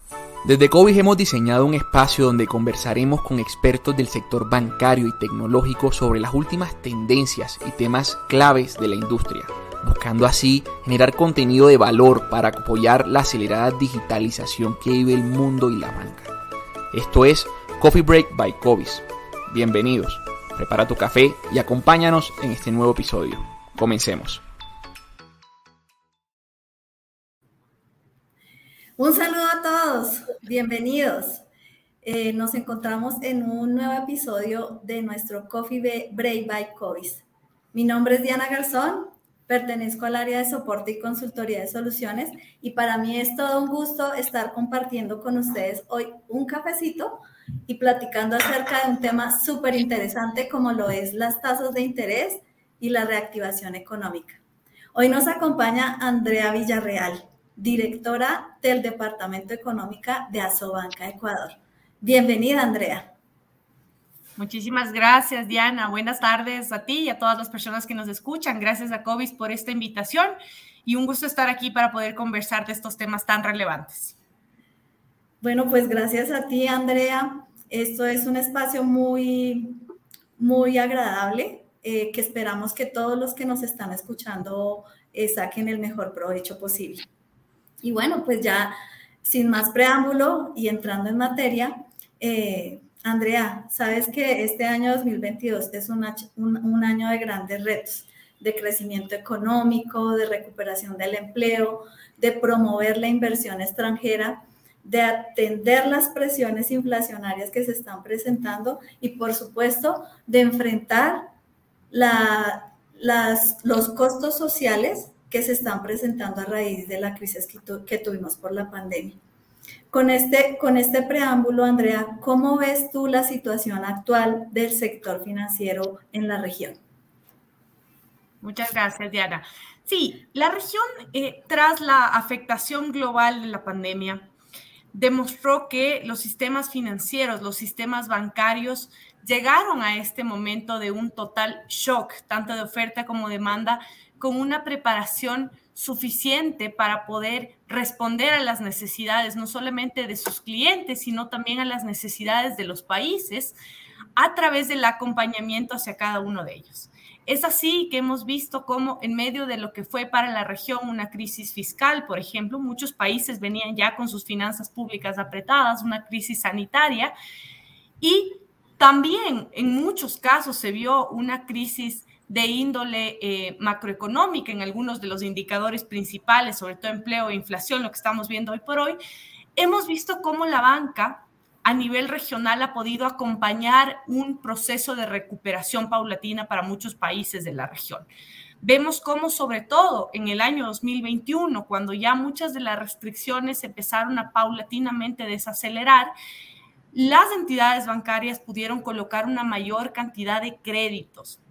Desde Cobis hemos diseñado un espacio donde conversaremos con expertos del sector bancario y tecnológico sobre las últimas tendencias y temas claves de la industria, buscando así generar contenido de valor para apoyar la acelerada digitalización que vive el mundo y la banca. Esto es Coffee Break by Cobis. Bienvenidos, prepara tu café y acompáñanos en este nuevo episodio. Comencemos. Un saludo a todos, bienvenidos. Nos encontramos en un nuevo episodio de nuestro Coffee Break by Cobis. Mi nombre es Diana Garzón, pertenezco al área de soporte y consultoría de soluciones y para mí es todo un gusto estar compartiendo con ustedes hoy un cafecito y platicando acerca de un tema súper interesante como lo es las tasas de interés y la reactivación económica. Hoy nos acompaña Andrea Villarreal, directora del Departamento Económica de Asobanca Ecuador. Bienvenida, Andrea. Muchísimas gracias, Diana. Buenas tardes a ti y a todas las personas que nos escuchan. Gracias a Cobis por esta invitación y un gusto estar aquí para poder conversar de estos temas tan relevantes. Bueno, pues gracias a ti, Andrea. Esto es un espacio muy agradable que esperamos que todos los que nos están escuchando saquen el mejor provecho posible. Y bueno, pues ya sin más preámbulo y entrando en materia, Andrea, sabes que este año 2022 es un año de grandes retos, de crecimiento económico, de recuperación del empleo, de promover la inversión extranjera, de atender las presiones inflacionarias que se están presentando y, por supuesto, de enfrentar los costos sociales que se están presentando a raíz de la crisis que tuvimos por la pandemia. Con este preámbulo, Andrea, ¿cómo ves tú la situación actual del sector financiero en la región? Muchas gracias, Diana. Sí, la región, tras la afectación global de la pandemia, demostró que los sistemas financieros, los sistemas bancarios, llegaron a este momento de un total shock, tanto de oferta como demanda, con una preparación suficiente para poder responder a las necesidades, no solamente de sus clientes, sino también a las necesidades de los países a través del acompañamiento hacia cada uno de ellos. Es así que hemos visto cómo en medio de lo que fue para la región una crisis fiscal, por ejemplo, muchos países venían ya con sus finanzas públicas apretadas, una crisis sanitaria y también en muchos casos se vio una crisis de índole macroeconómica en algunos de los indicadores principales, sobre todo empleo e inflación, lo que estamos viendo hoy por hoy. Hemos visto cómo la banca a nivel regional ha podido acompañar un proceso de recuperación paulatina para muchos países de la región. Vemos cómo, sobre todo en el año 2021, cuando ya muchas de las restricciones empezaron a paulatinamente desacelerar, las entidades bancarias pudieron colocar una mayor cantidad de créditos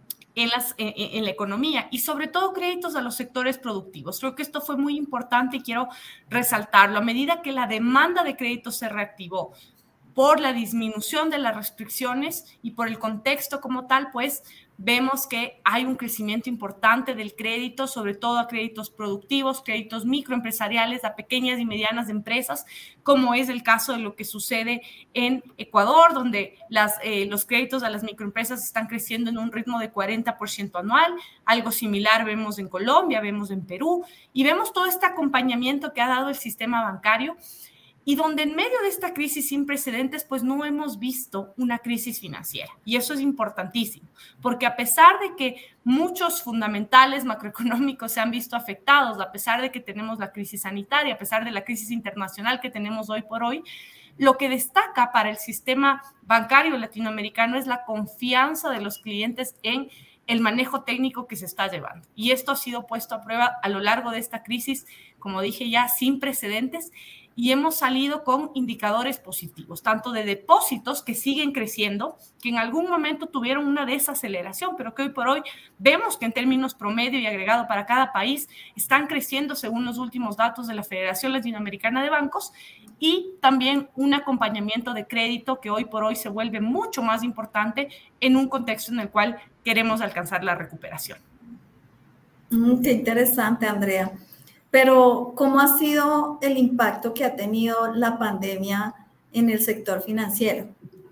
en la economía y sobre todo créditos a los sectores productivos. Creo que esto fue muy importante y quiero resaltarlo. A medida que la demanda de créditos se reactivó por la disminución de las restricciones y por el contexto como tal, pues vemos que hay un crecimiento importante del crédito, sobre todo a créditos productivos, créditos microempresariales, a pequeñas y medianas empresas, como es el caso de lo que sucede en Ecuador, donde los créditos a las microempresas están creciendo en un ritmo de 40% anual. Algo similar vemos en Colombia, vemos en Perú, y vemos todo este acompañamiento que ha dado el sistema bancario, y donde en medio de esta crisis sin precedentes, pues no hemos visto una crisis financiera. Y eso es importantísimo, porque a pesar de que muchos fundamentales macroeconómicos se han visto afectados, a pesar de que tenemos la crisis sanitaria, a pesar de la crisis internacional que tenemos hoy por hoy, lo que destaca para el sistema bancario latinoamericano es la confianza de los clientes en el manejo técnico que se está llevando. Y esto ha sido puesto a prueba a lo largo de esta crisis, como dije ya, sin precedentes, y hemos salido con indicadores positivos, tanto de depósitos que siguen creciendo, que en algún momento tuvieron una desaceleración, pero que hoy por hoy vemos que en términos promedio y agregado para cada país están creciendo según los últimos datos de la Federación Latinoamericana de Bancos, y también un acompañamiento de crédito que hoy por hoy se vuelve mucho más importante en un contexto en el cual queremos alcanzar la recuperación. Qué interesante, Andrea. Pero, ¿cómo ha sido el impacto que ha tenido la pandemia en el sector financiero?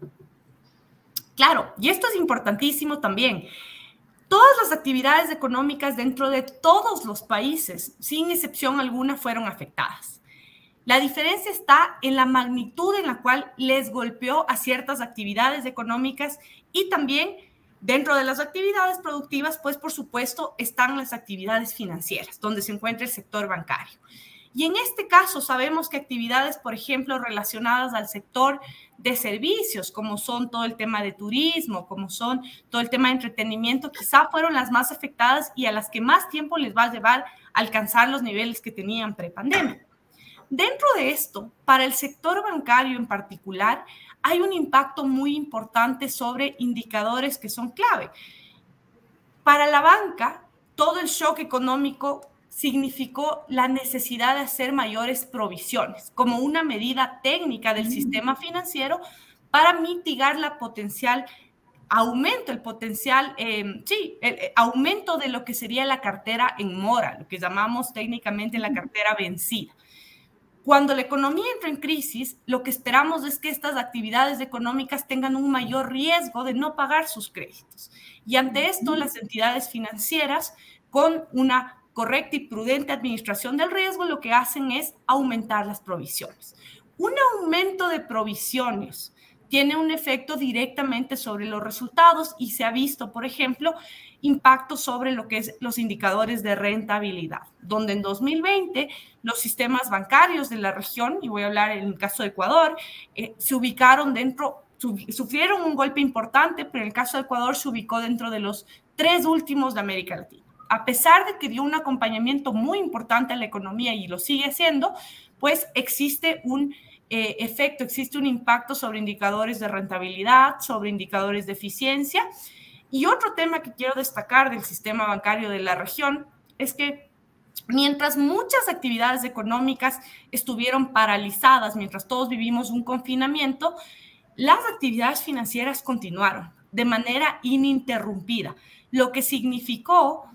Claro, y esto es importantísimo también. Todas las actividades económicas dentro de todos los países, sin excepción alguna, fueron afectadas. La diferencia está en la magnitud en la cual les golpeó a ciertas actividades económicas y también dentro de las actividades productivas, pues por supuesto, están las actividades financieras, donde se encuentra el sector bancario. Y en este caso sabemos que actividades, por ejemplo, relacionadas al sector de servicios, como son todo el tema de turismo, como son todo el tema de entretenimiento, quizá fueron las más afectadas y a las que más tiempo les va a llevar a alcanzar los niveles que tenían prepandemia. Dentro de esto, para el sector bancario en particular, hay un impacto muy importante sobre indicadores que son clave. Para la banca, todo el shock económico significó la necesidad de hacer mayores provisiones como una medida técnica del sistema financiero para mitigar la potencial aumento, el potencial, el aumento de lo que sería la cartera en mora, lo que llamamos técnicamente la cartera vencida. Cuando la economía entra en crisis, lo que esperamos es que estas actividades económicas tengan un mayor riesgo de no pagar sus créditos. Y ante esto, las entidades financieras, con una correcta y prudente administración del riesgo, lo que hacen es aumentar las provisiones. Un aumento de provisiones tiene un efecto directamente sobre los resultados y se ha visto, por ejemplo, impacto sobre lo que es los indicadores de rentabilidad, donde en 2020 los sistemas bancarios de la región, y voy a hablar en el caso de Ecuador, se ubicaron sufrieron un golpe importante, pero en el caso de Ecuador se ubicó dentro de los 3 últimos de América Latina. A pesar de que dio un acompañamiento muy importante a la economía y lo sigue haciendo, pues existe un efecto, existe un impacto sobre indicadores de rentabilidad, sobre indicadores de eficiencia. Y otro tema que quiero destacar del sistema bancario de la región es que mientras muchas actividades económicas estuvieron paralizadas, mientras todos vivimos un confinamiento, las actividades financieras continuaron de manera ininterrumpida, lo que significó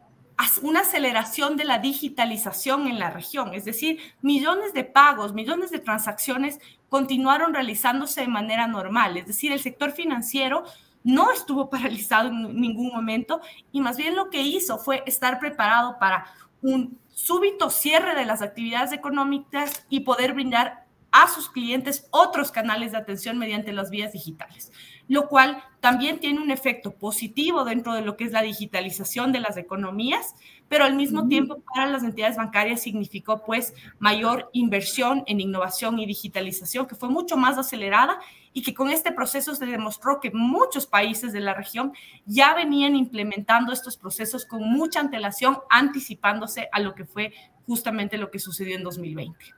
una aceleración de la digitalización en la región, es decir, millones de pagos, millones de transacciones continuaron realizándose de manera normal, es decir, el sector financiero no estuvo paralizado en ningún momento y más bien lo que hizo fue estar preparado para un súbito cierre de las actividades económicas y poder brindar a sus clientes otros canales de atención mediante las vías digitales, lo cual también tiene un efecto positivo dentro de lo que es la digitalización de las economías, pero al mismo tiempo para las entidades bancarias significó pues mayor inversión en innovación y digitalización que fue mucho más acelerada y que con este proceso se demostró que muchos países de la región ya venían implementando estos procesos con mucha antelación, anticipándose a lo que fue justamente lo que sucedió en 2020.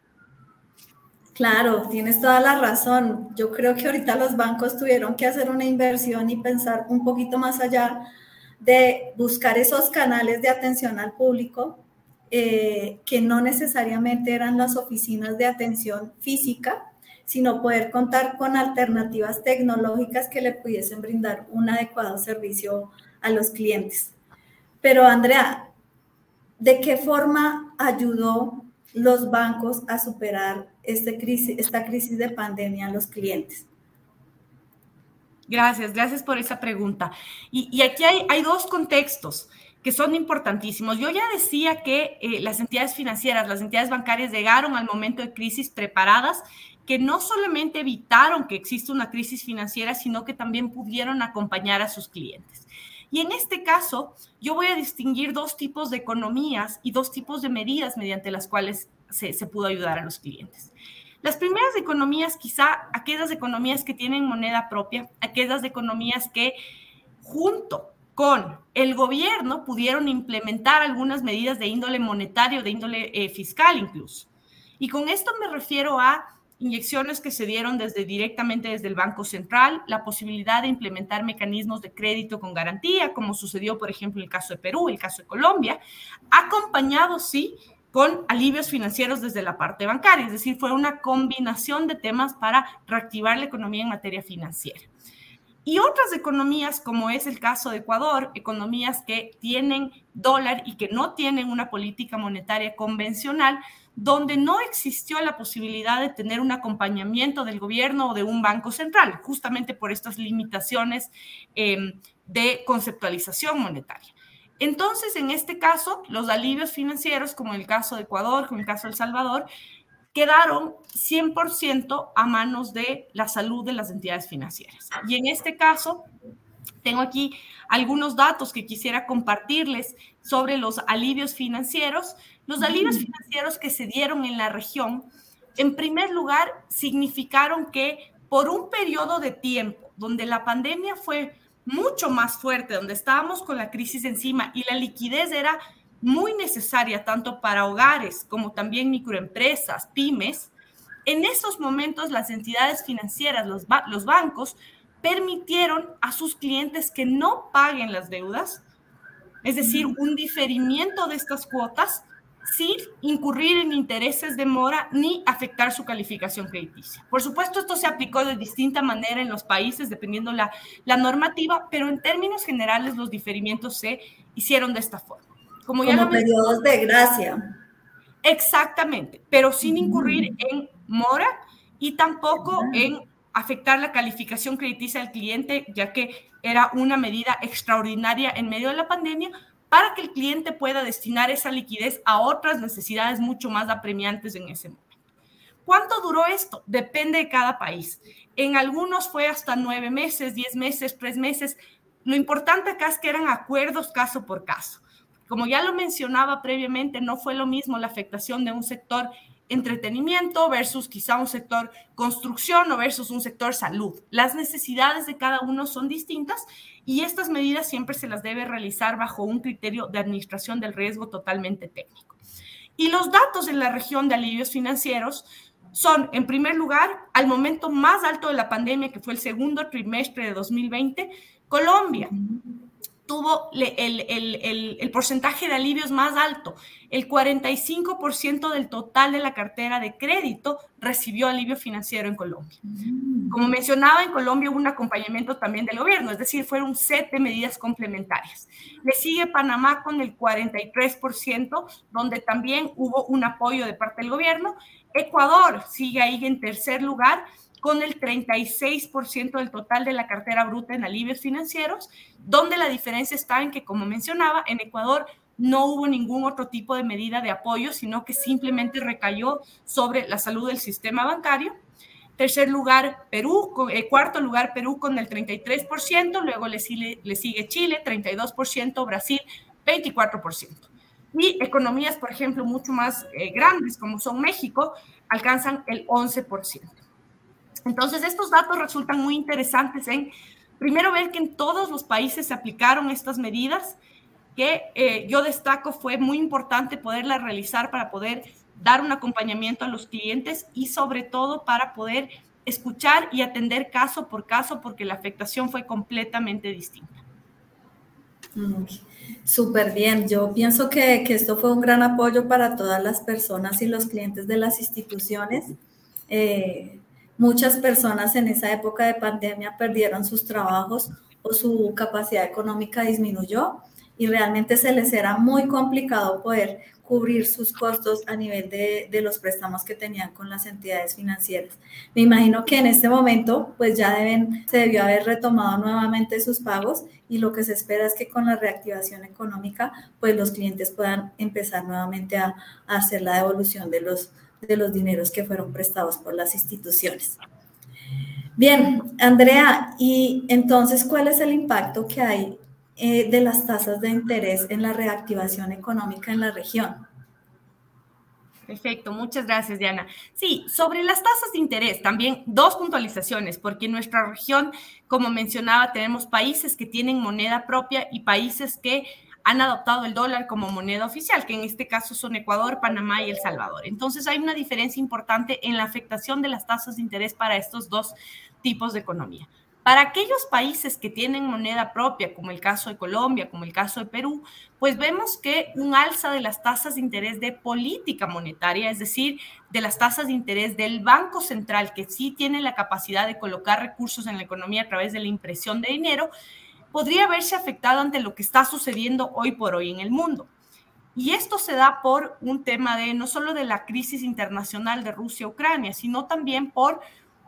Claro, tienes toda la razón. Yo creo que ahorita los bancos tuvieron que hacer una inversión y pensar un poquito más allá de buscar esos canales de atención al público que no necesariamente eran las oficinas de atención física, sino poder contar con alternativas tecnológicas que le pudiesen brindar un adecuado servicio a los clientes. Pero Andrea, ¿de qué forma ayudó los bancos a superar esta crisis de pandemia a los clientes? Gracias por esa pregunta. Y aquí hay dos contextos que son importantísimos. Yo ya decía que las entidades financieras, las entidades bancarias llegaron al momento de crisis preparadas, que no solamente evitaron que exista una crisis financiera, sino que también pudieron acompañar a sus clientes. Y en este caso, yo voy a distinguir dos tipos de economías y dos tipos de medidas mediante las cuales se pudo ayudar a los clientes. Las primeras economías, quizá aquellas economías que tienen moneda propia, aquellas economías que junto con el gobierno pudieron implementar algunas medidas de índole monetario, de índole fiscal incluso. Y con esto me refiero a inyecciones que se dieron directamente desde el Banco Central, la posibilidad de implementar mecanismos de crédito con garantía, como sucedió, por ejemplo, en el caso de Perú, el caso de Colombia, acompañado, sí, con alivios financieros desde la parte bancaria, es decir, fue una combinación de temas para reactivar la economía en materia financiera. Y otras economías, como es el caso de Ecuador, economías que tienen dólar y que no tienen una política monetaria convencional, donde no existió la posibilidad de tener un acompañamiento del gobierno o de un banco central, justamente por estas limitaciones de conceptualización monetaria. Entonces, en este caso, los alivios financieros, como en el caso de Ecuador, como en el caso de El Salvador, quedaron 100% a manos de la salud de las entidades financieras. Y en este caso, tengo aquí algunos datos que quisiera compartirles sobre los alivios financieros. Los alivios financieros que se dieron en la región, en primer lugar, significaron que por un periodo de tiempo donde la pandemia fue mucho más fuerte, donde estábamos con la crisis encima y la liquidez era muy necesaria tanto para hogares como también microempresas, pymes, en esos momentos las entidades financieras, los bancos, permitieron a sus clientes que no paguen las deudas, es decir, un diferimiento de estas cuotas sin incurrir en intereses de mora ni afectar su calificación crediticia. Por supuesto, esto se aplicó de distinta manera en los países, dependiendo la normativa, pero en términos generales los diferimientos se hicieron de esta forma. Como periodos de gracia. Exactamente, pero sin incurrir en mora y tampoco en afectar la calificación crediticia del cliente, ya que era una medida extraordinaria en medio de la pandemia para que el cliente pueda destinar esa liquidez a otras necesidades mucho más apremiantes en ese momento. ¿Cuánto duró esto? Depende de cada país. En algunos fue hasta 9 meses, 10 meses, 3 meses. Lo importante acá es que eran acuerdos caso por caso. Como ya lo mencionaba previamente, no fue lo mismo la afectación de un sector entretenimiento versus quizá un sector construcción o versus un sector salud. Las necesidades de cada uno son distintas y estas medidas siempre se las debe realizar bajo un criterio de administración del riesgo totalmente técnico. Y los datos en la región de alivios financieros son, en primer lugar, al momento más alto de la pandemia, que fue el segundo trimestre de 2020, Colombia tuvo el porcentaje de alivios más alto. El 45% del total de la cartera de crédito recibió alivio financiero en Colombia. Como mencionaba, en Colombia hubo un acompañamiento también del gobierno, es decir, fueron un set de medidas complementarias. Le sigue Panamá con el 43%, donde también hubo un apoyo de parte del gobierno. Ecuador sigue ahí en tercer lugar, con el 36% del total de la cartera bruta en alivios financieros, donde la diferencia está en que, como mencionaba, en Ecuador no hubo ningún otro tipo de medida de apoyo, sino que simplemente recayó sobre la salud del sistema bancario. Tercer lugar, Perú, cuarto lugar, Perú con el 33%, luego le sigue Chile, 32%, Brasil, 24%. Y economías, por ejemplo, mucho más grandes, como son México, alcanzan el 11%. Entonces, estos datos resultan muy interesantes en, primero, ver que en todos los países se aplicaron estas medidas, que yo destaco fue muy importante poderlas realizar para poder dar un acompañamiento a los clientes y sobre todo para poder escuchar y atender caso por caso, porque la afectación fue completamente distinta. Súper bien. Yo pienso que esto fue un gran apoyo para todas las personas y los clientes de las instituciones. Muchas personas en esa época de pandemia perdieron sus trabajos o su capacidad económica disminuyó y realmente se les era muy complicado poder cubrir sus costos a nivel de los préstamos que tenían con las entidades financieras. Me imagino que en este momento pues ya se debió haber retomado nuevamente sus pagos y lo que se espera es que con la reactivación económica pues los clientes puedan empezar nuevamente a hacer la devolución de los dineros que fueron prestados por las instituciones. Bien, Andrea, y entonces, ¿cuál es el impacto que hay de las tasas de interés en la reactivación económica en la región? Perfecto, muchas gracias, Diana. Sí, sobre las tasas de interés, también dos puntualizaciones, porque en nuestra región, como mencionaba, tenemos países que tienen moneda propia y países que han adoptado el dólar como moneda oficial, que en este caso son Ecuador, Panamá y El Salvador. Entonces hay una diferencia importante en la afectación de las tasas de interés para estos dos tipos de economía. Para aquellos países que tienen moneda propia, como el caso de Colombia, como el caso de Perú, pues vemos que un alza de las tasas de interés de política monetaria, es decir, de las tasas de interés del Banco Central, que sí tiene la capacidad de colocar recursos en la economía a través de la impresión de dinero, podría verse afectado ante lo que está sucediendo hoy por hoy en el mundo. Y esto se da por un tema de no solo de la crisis internacional de Rusia-Ucrania, sino también por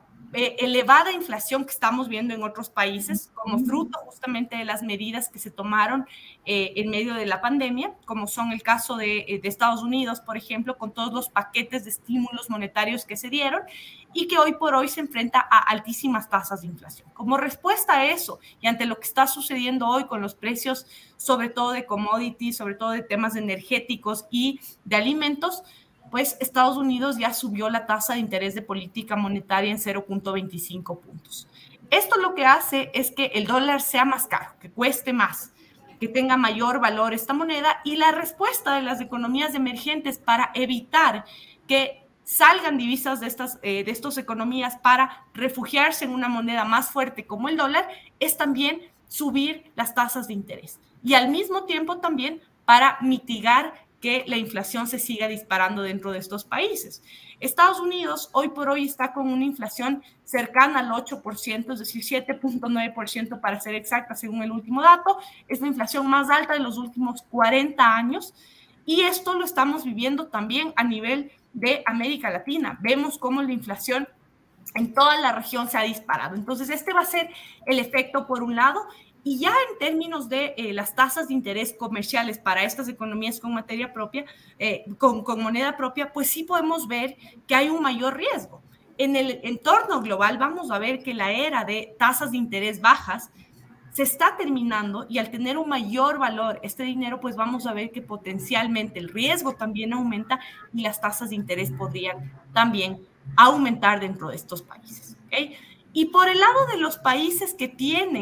elevada inflación que estamos viendo en otros países, como fruto justamente de las medidas que se tomaron en medio de la pandemia, como son el caso de Estados Unidos, por ejemplo, con todos los paquetes de estímulos monetarios que se dieron y que hoy por hoy se enfrenta a altísimas tasas de inflación. Como respuesta a eso y ante lo que está sucediendo hoy con los precios, sobre todo de commodities, sobre todo de temas energéticos y de alimentos, pues Estados Unidos ya subió la tasa de interés de política monetaria en 0.25 puntos. Esto lo que hace es que el dólar sea más caro, que cueste más, que tenga mayor valor esta moneda, y la respuesta de las economías emergentes para evitar que salgan divisas de estas economías para refugiarse en una moneda más fuerte como el dólar es también subir las tasas de interés y al mismo tiempo también para mitigar que la inflación se siga disparando dentro de estos países. Estados Unidos hoy por hoy está con una inflación cercana al 8%, es decir, 7.9% para ser exacta según el último dato. Es la inflación más alta de los últimos 40 años y esto lo estamos viviendo también a nivel de América Latina. Vemos cómo la inflación en toda la región se ha disparado. Entonces, este va a ser el efecto por un lado. Y ya en términos de las tasas de interés comerciales para estas economías con materia propia, con moneda propia, pues sí podemos ver que hay un mayor riesgo. En el entorno global vamos a ver que la era de tasas de interés bajas se está terminando y al tener un mayor valor este dinero, pues vamos a ver que potencialmente el riesgo también aumenta y las tasas de interés podrían también aumentar dentro de estos países. ¿Okay? Y por el lado de los países que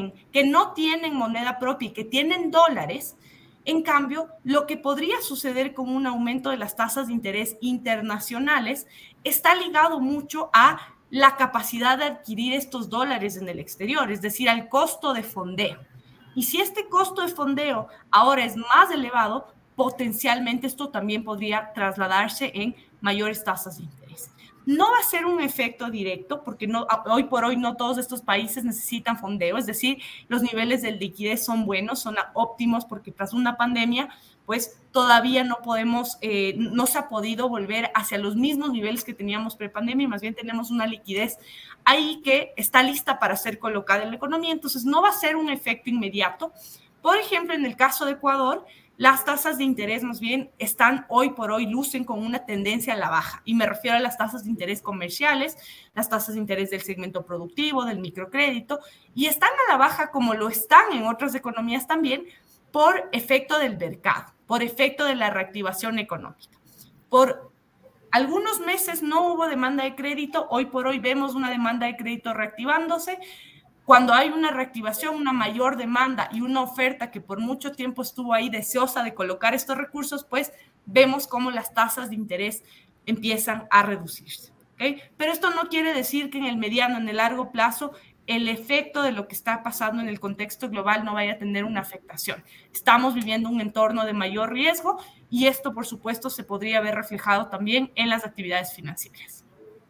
no tienen moneda propia y que tienen dólares, en cambio, lo que podría suceder con un aumento de las tasas de interés internacionales está ligado mucho a la capacidad de adquirir estos dólares en el exterior, es decir, al costo de fondeo. Y si este costo de fondeo ahora es más elevado, potencialmente esto también podría trasladarse en mayores tasas de interés. No va a ser un efecto directo porque hoy por hoy no todos estos países necesitan fondeo, es decir, los niveles de liquidez son buenos, son óptimos porque tras una pandemia, pues todavía no se ha podido volver hacia los mismos niveles que teníamos pre-pandemia, más bien tenemos una liquidez ahí que está lista para ser colocada en la economía, entonces no va a ser un efecto inmediato. Por ejemplo, en el caso de Ecuador, las tasas de interés más bien están hoy por hoy, lucen con una tendencia a la baja. Y me refiero a las tasas de interés comerciales, las tasas de interés del segmento productivo, del microcrédito, y están a la baja como lo están en otras economías también por efecto del mercado, por efecto de la reactivación económica. Por algunos meses no hubo demanda de crédito, hoy por hoy vemos una demanda de crédito reactivándose. Cuando hay una reactivación, una mayor demanda y una oferta que por mucho tiempo estuvo ahí deseosa de colocar estos recursos, pues vemos cómo las tasas de interés empiezan a reducirse. ¿Okay? Pero esto no quiere decir que en el mediano, en el largo plazo, el efecto de lo que está pasando en el contexto global no vaya a tener una afectación. Estamos viviendo un entorno de mayor riesgo y esto, por supuesto, se podría ver reflejado también en las actividades financieras.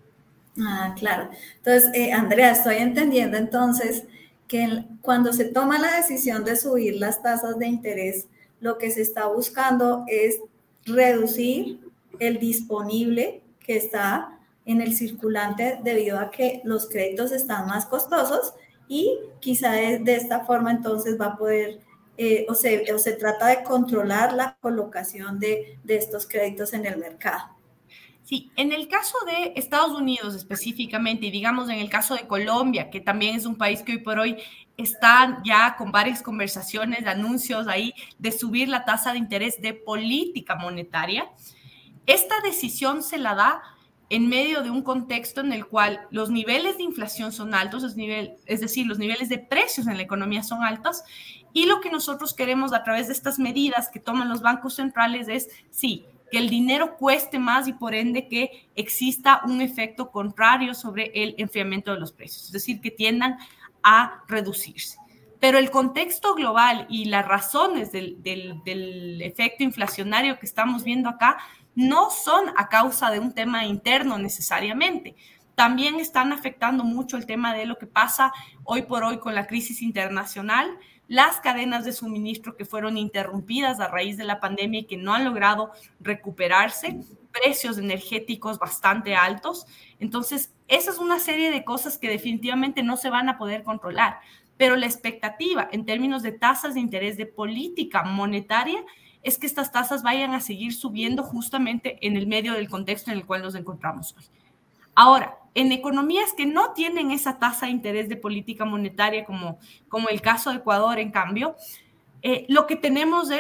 Ah, claro. Entonces, Andrea, estoy entendiendo entonces que cuando se toma la decisión de subir las tasas de interés, lo que se está buscando es reducir el disponible que está en el circulante debido a que los créditos están más costosos y quizá de esta forma entonces va a poder, o se trata de controlar la colocación de estos créditos en el mercado. Sí, en el caso de Estados Unidos específicamente, y digamos en el caso de Colombia, que también es un país que hoy por hoy está ya con varias conversaciones, anuncios ahí de subir la tasa de interés de política monetaria, esta decisión se la da en medio de un contexto en el cual los niveles de inflación son altos, es decir, los niveles de precios en la economía son altos, y lo que nosotros queremos a través de estas medidas que toman los bancos centrales es, sí, que el dinero cueste más y por ende que exista un efecto contrario sobre el enfriamiento de los precios, es decir, que tiendan a reducirse. Pero el contexto global y las razones del efecto inflacionario que estamos viendo acá no son a causa de un tema interno necesariamente. También están afectando mucho el tema de lo que pasa hoy por hoy con la crisis internacional, las cadenas de suministro que fueron interrumpidas a raíz de la pandemia y que no han logrado recuperarse, precios energéticos bastante altos. Entonces, esa es una serie de cosas que definitivamente no se van a poder controlar. Pero la expectativa en términos de tasas de interés de política monetaria es que estas tasas vayan a seguir subiendo justamente en el medio del contexto en el cual nos encontramos hoy. Ahora, en economías que no tienen esa tasa de interés de política monetaria, como el caso de Ecuador, en cambio, lo que tenemos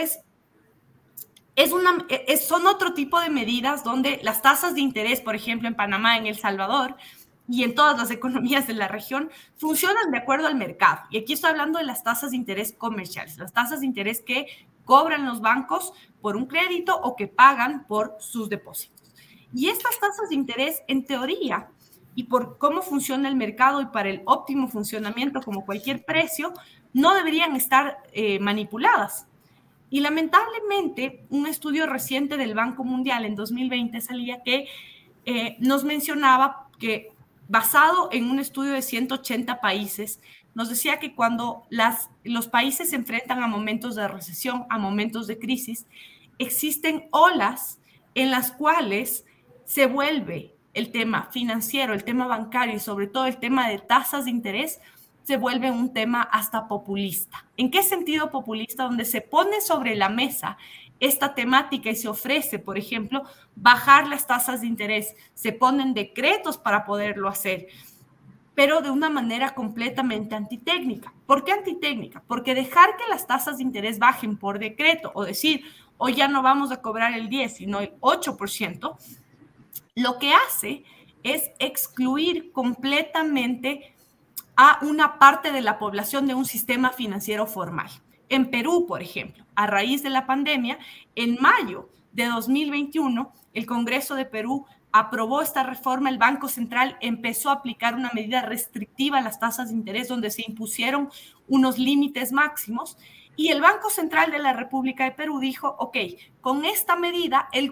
son otro tipo de medidas donde las tasas de interés, por ejemplo, en Panamá, en El Salvador y en todas las economías de la región, funcionan de acuerdo al mercado. Y aquí estoy hablando de las tasas de interés comerciales, las tasas de interés que cobran los bancos por un crédito o que pagan por sus depósitos. Y estas tasas de interés, en teoría, y por cómo funciona el mercado y para el óptimo funcionamiento, como cualquier precio, no deberían estar manipuladas. Y lamentablemente, un estudio reciente del Banco Mundial en 2020 salía que nos mencionaba que, basado en un estudio de 180 países, nos decía que cuando los países se enfrentan a momentos de recesión, a momentos de crisis, existen olas en las cuales se vuelve el tema financiero, el tema bancario y sobre todo el tema de tasas de interés, se vuelve un tema hasta populista. ¿En qué sentido populista? Donde se pone sobre la mesa esta temática y se ofrece, por ejemplo, bajar las tasas de interés, se ponen decretos para poderlo hacer, pero de una manera completamente antitécnica. ¿Por qué antitécnica? Porque dejar que las tasas de interés bajen por decreto o decir, hoy ya no vamos a cobrar el 10, sino el 8%, lo que hace es excluir completamente a una parte de la población de un sistema financiero formal. En Perú, por ejemplo, a raíz de la pandemia, en mayo de 2021, el Congreso de Perú aprobó esta reforma, el Banco Central empezó a aplicar una medida restrictiva a las tasas de interés donde se impusieron unos límites máximos y el Banco Central de la República de Perú dijo, ok, con esta medida el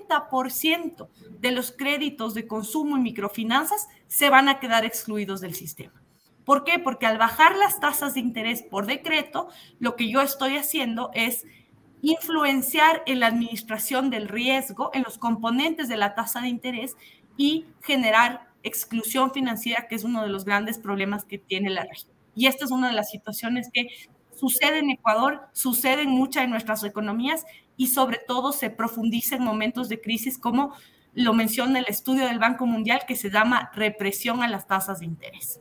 40% de los créditos de consumo y microfinanzas se van a quedar excluidos del sistema. ¿Por qué? Porque al bajar las tasas de interés por decreto, lo que yo estoy haciendo es influenciar en la administración del riesgo, en los componentes de la tasa de interés y generar exclusión financiera, que es uno de los grandes problemas que tiene la región. Y esta es una de las situaciones que sucede en Ecuador, sucede en muchas de nuestras economías y sobre todo se profundiza en momentos de crisis como lo menciona el estudio del Banco Mundial que se llama represión a las tasas de interés.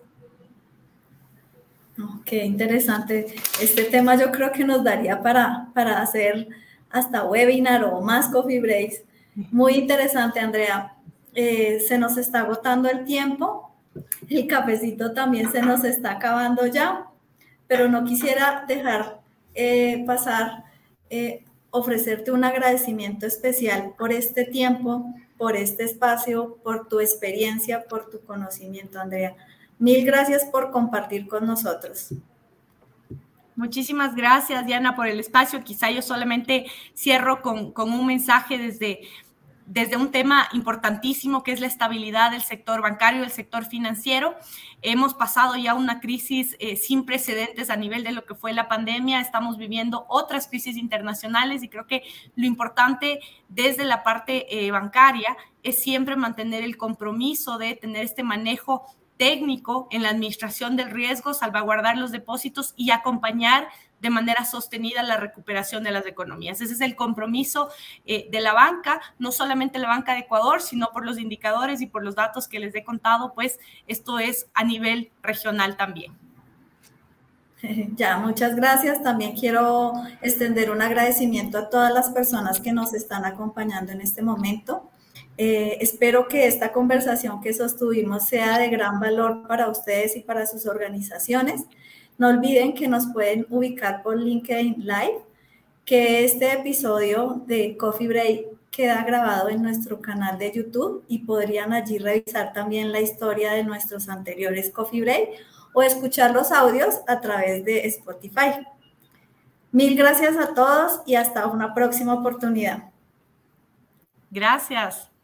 Qué interesante. Este tema yo creo que nos daría para hacer hasta webinar o más coffee breaks. Muy interesante, Andrea. Se nos está agotando el tiempo. El cafecito también se nos está acabando ya, pero no quisiera dejar pasar, ofrecerte un agradecimiento especial por este tiempo, por este espacio, por tu experiencia, por tu conocimiento, Andrea. Mil gracias por compartir con nosotros. Muchísimas gracias, Diana, por el espacio. Quizá yo solamente cierro con un mensaje desde un tema importantísimo que es la estabilidad del sector bancario, del sector financiero. Hemos pasado ya una crisis sin precedentes a nivel de lo que fue la pandemia. Estamos viviendo otras crisis internacionales y creo que lo importante desde la parte bancaria es siempre mantener el compromiso de tener este manejo técnico en la administración del riesgo, salvaguardar los depósitos y acompañar de manera sostenida la recuperación de las economías. Ese es el compromiso de la banca, no solamente la banca de Ecuador, sino por los indicadores y por los datos que les he contado, pues esto es a nivel regional también. Ya, muchas gracias. También quiero extender un agradecimiento a todas las personas que nos están acompañando en este momento. Espero que esta conversación que sostuvimos sea de gran valor para ustedes y para sus organizaciones. No olviden que nos pueden ubicar por LinkedIn Live, que este episodio de Coffee Break queda grabado en nuestro canal de YouTube y podrían allí revisar también la historia de nuestros anteriores Coffee Break o escuchar los audios a través de Spotify. Mil gracias a todos y hasta una próxima oportunidad. Gracias.